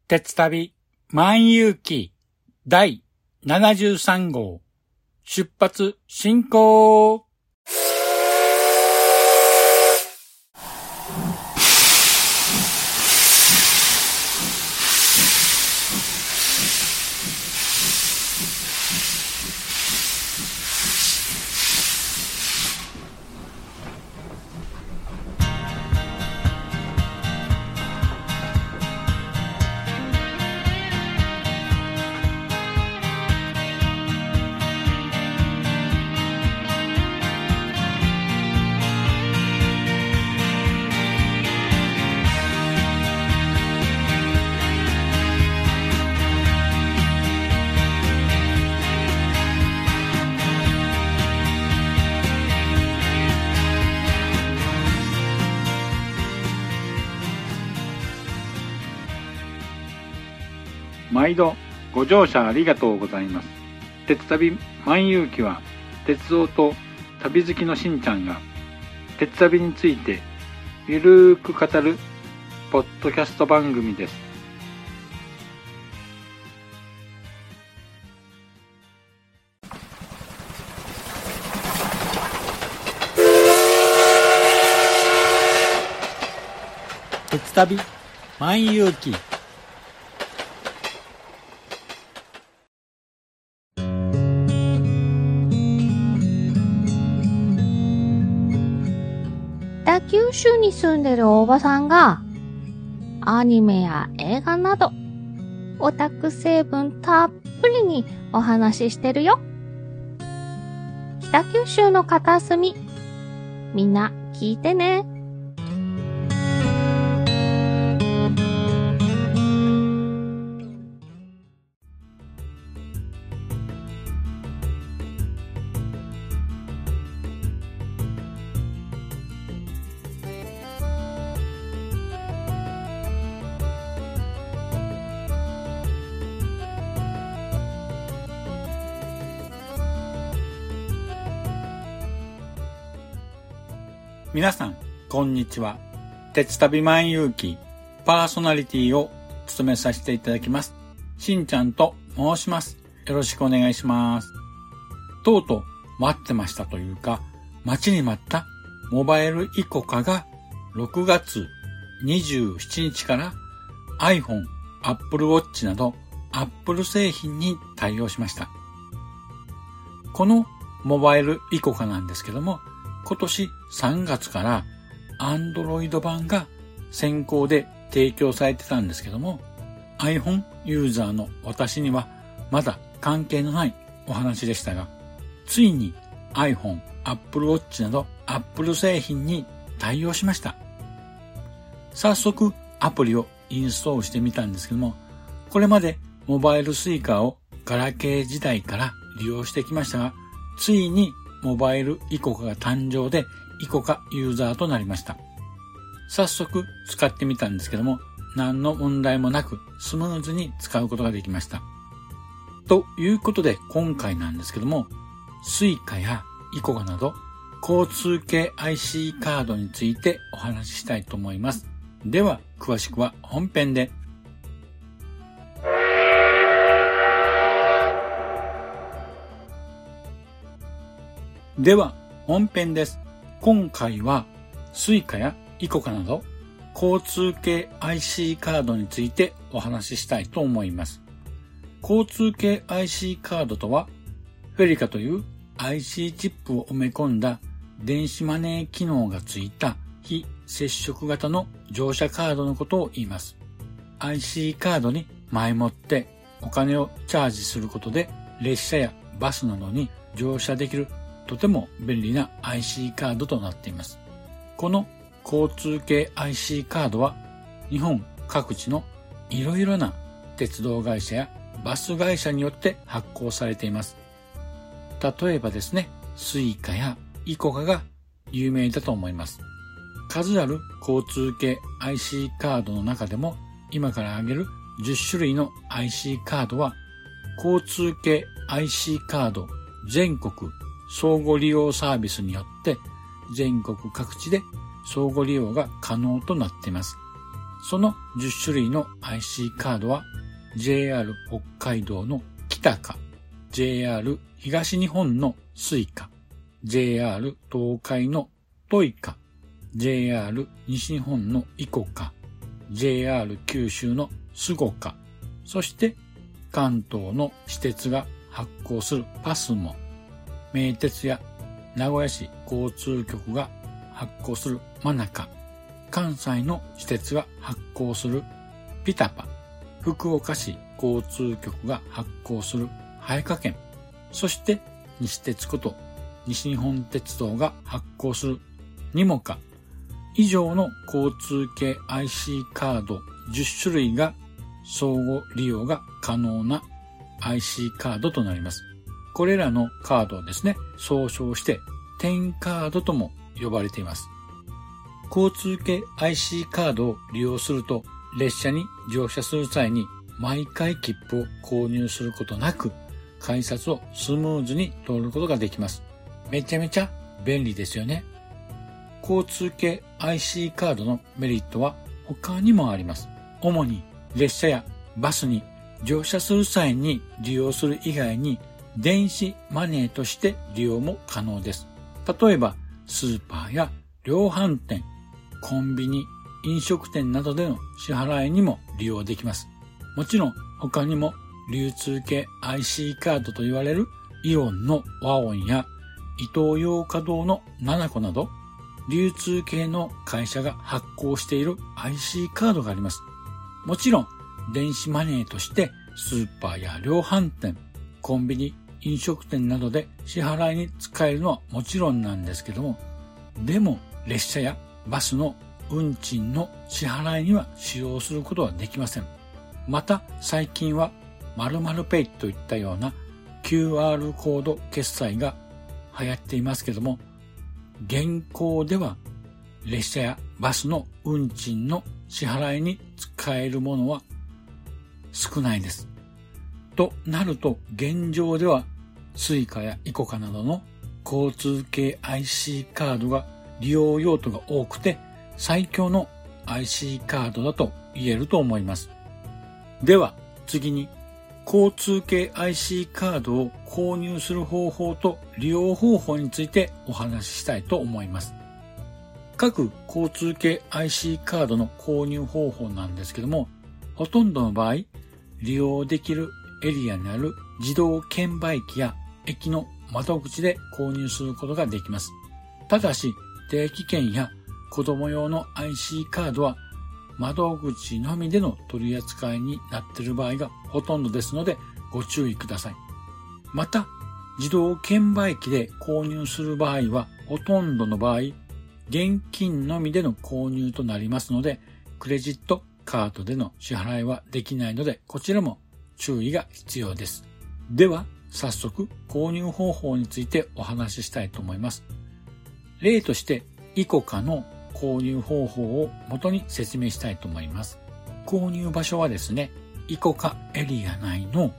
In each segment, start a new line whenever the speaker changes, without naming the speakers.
鉄旅万有記第73号出発進行。毎度ご乗車ありがとうございます。鉄旅万有記は鉄道と旅好きのしんちゃんが鉄旅についてゆるーく語るポッドキャスト番組です。鉄旅万有記
北九州に住んでるおばさんがアニメや映画などオタク成分たっぷりにお話ししてるよ。北九州の片隅、みんな聞いてね。
皆さんこんにちは。鉄旅万有記パーソナリティを務めさせていただきますしんちゃんと申します。よろしくお願いします。とうとう待ってましたというか待ちに待ったモバイルイコカが6月27日から iPhone、Apple Watch など Apple 製品に対応しました。このモバイルイコカなんですけども、今年3月から Android 版が先行で提供されてたんですけども、 iPhone ユーザーの私にはまだ関係のないお話でしたが、ついに iPhone、Apple Watch など Apple 製品に対応しました。早速アプリをインストールしてみたんですけども、これまでモバイルスイカをガラケー時代から利用してきましたが、ついにモバイルイコカが誕生でイコカユーザーとなりました。早速使ってみたんですけども、何の問題もなくスムーズに使うことができました。ということで今回なんですけども、スイカやイコカなど交通系 IC カードについてお話ししたいと思います。では詳しくは本編で。では本編です。今回はスイカやイコカなど交通系 IC カードについてお話ししたいと思います。交通系 IC カードとは、フェリカという IC チップを埋め込んだ電子マネー機能がついた非接触型の乗車カードのことを言います。IC カードに前もってお金をチャージすることで列車やバスなどに乗車できるとても便利な IC カードとなっています。この交通系 IC カードは日本各地のいろいろな鉄道会社やバス会社によって発行されています。例えばですね、スイカやイコカが有名だと思います。数ある交通系 IC カードの中でも今から挙げる10種類の IC カードは交通系 IC カード全国相互利用サービスによって全国各地で相互利用が可能となっています。 その10種類の IC カードは JR 北海道のキタカ、JR 東日本のスイカ、JR 東海のトイカ、JR 西日本のイコカ、JR 九州のスゴカ、そして関東の私鉄が発行するパスモ、名鉄や名古屋市交通局が発行するマナカ、関西の私鉄が発行するピタパ、福岡市交通局が発行するハエカ券、そして西鉄こと西日本鉄道が発行するニモカ以上の交通系 IC カード10種類が相互利用が可能な IC カードとなります。これらのカードをですね、総称して10カードとも呼ばれています。交通系 IC カードを利用すると、列車に乗車する際に毎回切符を購入することなく、改札をスムーズに通ることができます。めちゃめちゃ便利ですよね。交通系 IC カードのメリットは他にもあります。主に列車やバスに乗車する際に利用する以外に、電子マネーとして利用も可能です。例えば、スーパーや量販店、コンビニ、飲食店などでの支払いにも利用できます。もちろん他にも流通系 IC カードと言われるイオンの和音やイトーヨーカドーの7個など流通系の会社が発行している IC カードがあります。もちろん電子マネーとしてスーパーや量販店、コンビニ、飲食店などで支払いに使えるのはもちろんなんですけども、でも列車やバスの運賃の支払いには使用することはできません。また最近は〇〇ペイといったような QR コード決済が流行っていますけども、現行では列車やバスの運賃の支払いに使えるものは少ないです。となると現状ではスイカやイコカなどの交通系 IC カードが利用用途が多くて最強の IC カードだと言えると思います。では次に交通系 IC カードを購入する方法と利用方法についてお話ししたいと思います。各交通系 IC カードの購入方法なんですけども、ほとんどの場合利用できるエリアにある自動券売機や駅の窓口で購入することができます。ただし定期券や子供用の IC カードは窓口のみでの取り扱いになっている場合がほとんどですのでご注意ください。また自動券売機で購入する場合はほとんどの場合現金のみでの購入となりますので、クレジットカードでの支払いはできないのでこちらも注意が必要です。では早速購入方法についてお話ししたいと思います。例としてイコカの購入方法を元に説明したいと思います。購入場所はですね、イコカエリア内の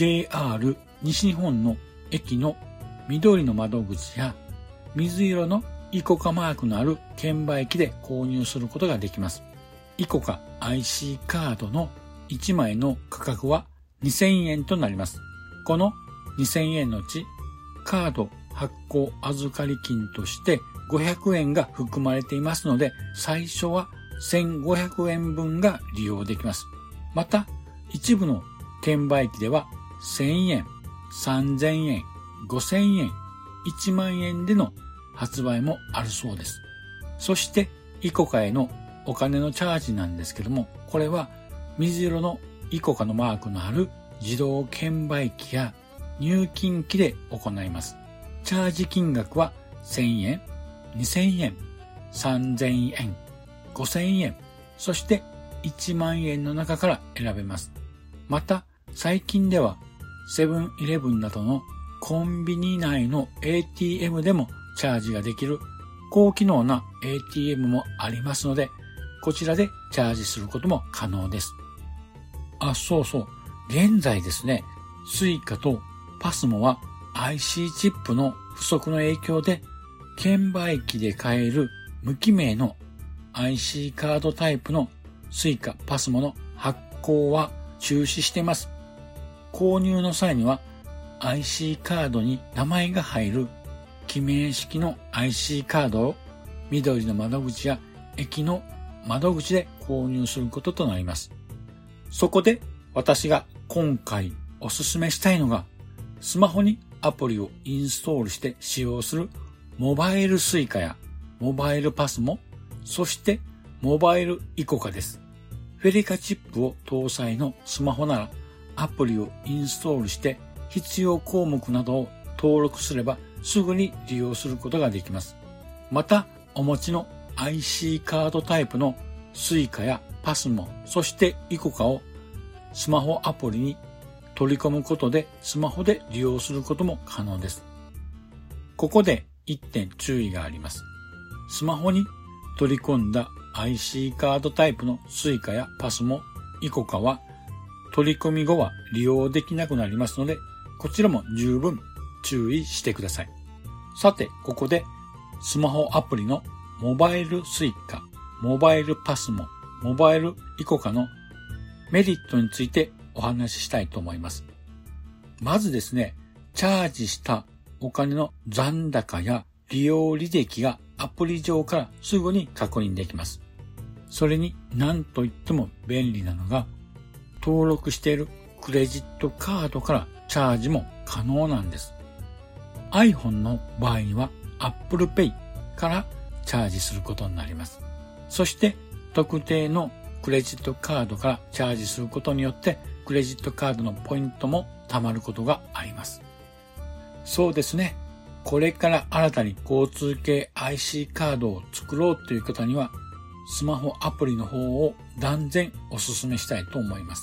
JR 西日本の駅の緑の窓口や水色のイコカマークのある券売機で購入することができます。イコカ IC カードの1枚の価格は2000円となります。この2000円のうちカード発行預かり金として500円が含まれていますので、最初は1500円分が利用できます。また一部の券売機では1000円、3000円、5000円、1万円での発売もあるそうです。そしてイコカへのお金のチャージなんですけども、これは水色のイコカのマークのある自動券売機や入金機で行います。チャージ金額は1000円、2000円、3000円、5000円、そして1万円の中から選べます。また最近ではセブンイレブンなどのコンビニ内の ATM でもチャージができる高機能な ATM もありますので、こちらでチャージすることも可能です。そうそう。現在ですね、スイカとパスモは IC チップの不足の影響で、券売機で買える無記名の IC カードタイプの Suica、PASMO の発行は中止しています。購入の際には IC カードに名前が入る記名式の IC カードを緑の窓口や駅の窓口で購入することとなります。そこで私が今回おすすめしたいのが、スマホにアプリをインストールして使用するモバイル Suica やモバイル PASMO、そしてモバイルICOCAです。フェリカチップを搭載のスマホならアプリをインストールして必要項目などを登録すればすぐに利用することができます。また、お持ちの IC カードタイプの Suica や PASMO、そして ICOCA をスマホアプリに取り込むことでスマホで利用することも可能です。ここで1点注意があります。スマホに取り込んだ IC カードタイプの Suica や PASMO、ICOCA は取り込み後は利用できなくなりますので、こちらも十分注意してください。さて、ここでスマホアプリのモバイル Suica、モバイル PASMO、モバイル ICOCA のメリットについてお話ししたいと思います。まずですね、チャージしたお金の残高や利用履歴がアプリ上からすぐに確認できます。それに何といっても便利なのが、登録しているクレジットカードからチャージも可能なんです。iPhone の場合には Apple Pay からチャージすることになります。そして特定のクレジットカードからチャージすることによってクレジットカードのポイントも貯まることがあります。そうですね。これから新たに交通系 IC カードを作ろうという方にはスマホアプリの方を断然お勧めしたいと思います。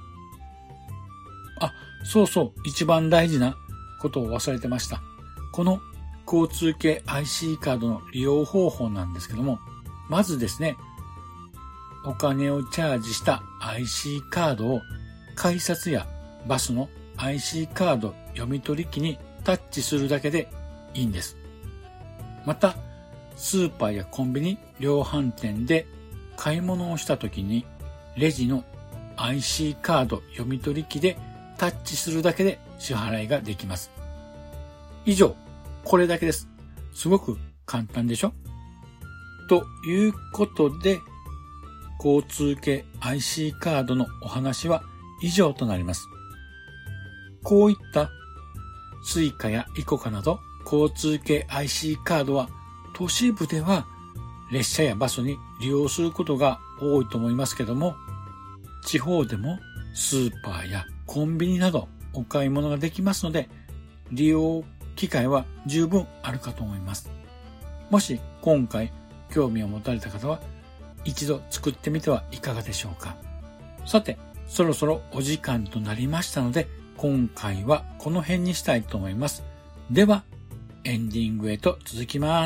そうそう、一番大事なことを忘れてました。この交通系 IC カードの利用方法なんですけども、まずですね、お金をチャージした IC カードを改札やバスの IC カード読み取り機にタッチするだけでいいんです。また、スーパーやコンビニ、量販店で買い物をしたときにレジの IC カード読み取り機でタッチするだけで支払いができます。以上、これだけです。すごく簡単でしょ？ということで、交通系 IC カードのお話は以上となります。こういったSuicaやICOCAなど交通系 IC カードは都市部では列車やバスに利用することが多いと思いますけども、地方でもスーパーやコンビニなどお買い物ができますので、利用機会は十分あるかと思います。もし今回興味を持たれた方は一度作ってみてはいかがでしょうか。さて、そろそろお時間となりましたので、今回はこの辺にしたいと思います。では、エンディングへと続きます。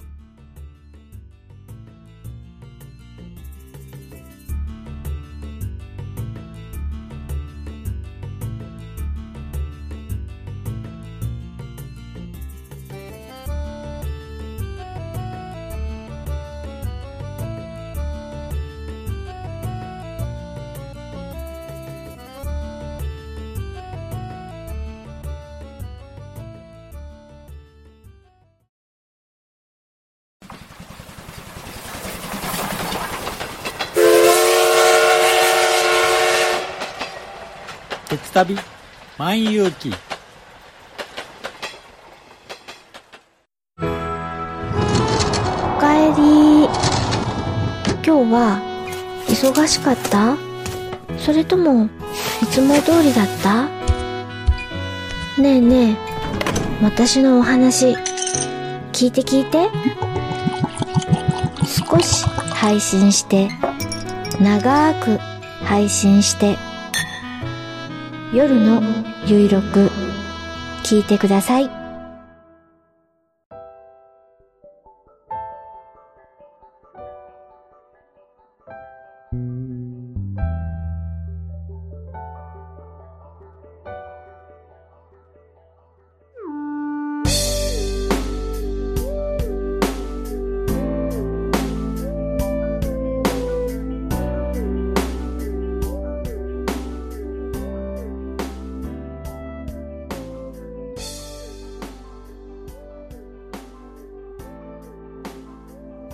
鉄旅万有記。
おかえり。今日は忙しかった？それともいつも通りだった？ねえねえ、私のお話聞いて聞いて。少し配信して長く配信して夜のゆいろく聞いてください。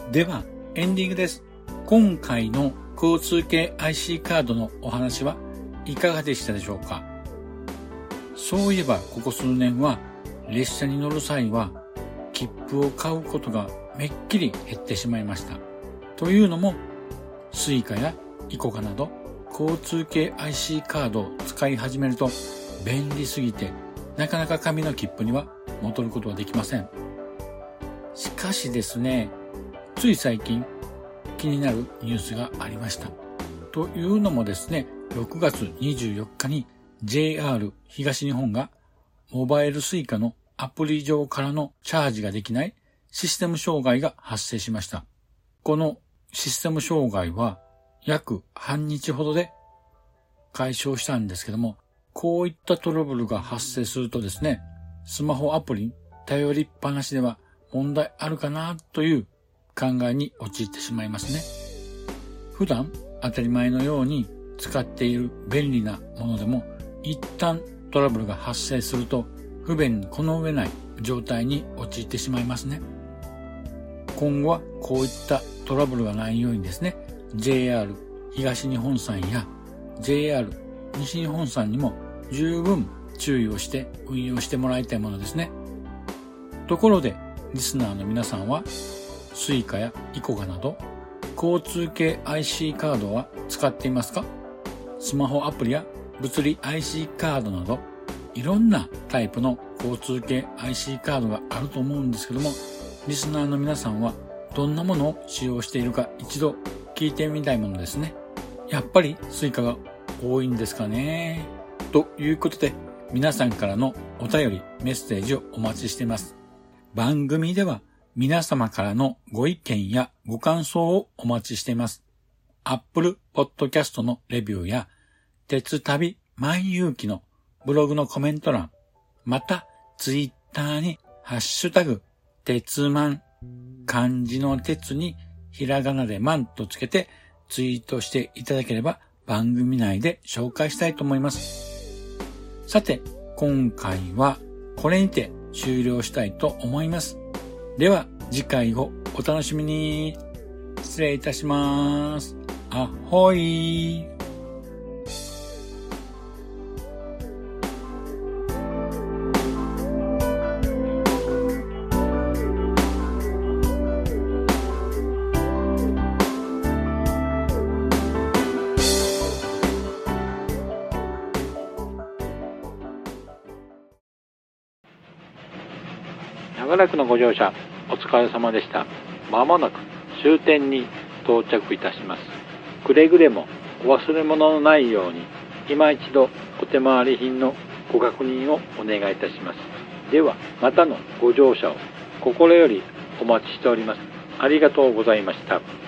では、エンディングです。今回の交通系 IC カードのお話はいかがでしたでしょうか？そういえばここ数年は列車に乗る際は切符を買うことがめっきり減ってしまいました。というのも、スイカやイコカなど交通系 IC カードを使い始めると便利すぎて、なかなか紙の切符には戻ることはできません。しかしですね、つい最近気になるニュースがありました。というのもですね、6月24日に JR 東日本がモバイルスイカのアプリ上からのチャージができないシステム障害が発生しました。このシステム障害は約半日ほどで解消したんですけども、こういったトラブルが発生するとですね、スマホアプリに頼りっぱなしでは問題あるかなという考えに陥ってしまいますね。普段当たり前のように使っている便利なものでも一旦トラブルが発生すると不便にこの上ない状態に陥ってしまいますね。今後はこういったトラブルがないようにですね、JR 東日本さんや JR 西日本さんにも十分注意をして運用してもらいたいものですね。ところでリスナーの皆さんはスイカやイコカなど交通系 IC カードは使っていますか？スマホアプリや物理 IC カードなどいろんなタイプの交通系 IC カードがあると思うんですけども、リスナーの皆さんはどんなものを使用しているか一度聞いてみたいものですね。やっぱりスイカが多いんですかね。ということで皆さんからのお便りメッセージをお待ちしています。番組では皆様からのご意見やご感想をお待ちしています。Apple Podcast のレビューや鉄旅万有記のブログのコメント欄、またツイッターにハッシュタグ鉄マン、漢字の鉄にひらがなでマンとつけてツイートしていただければ番組内で紹介したいと思います。さて、今回はこれにて終了したいと思います。では次回をお楽しみに。失礼いたします。アホイ。
長らくのご乗車お疲れ様でした。まもなく終点に到着いたします。くれぐれもお忘れ物のないように今一度お手回り品のご確認をお願いいたします。ではまたのご乗車を心よりお待ちしております。ありがとうございました。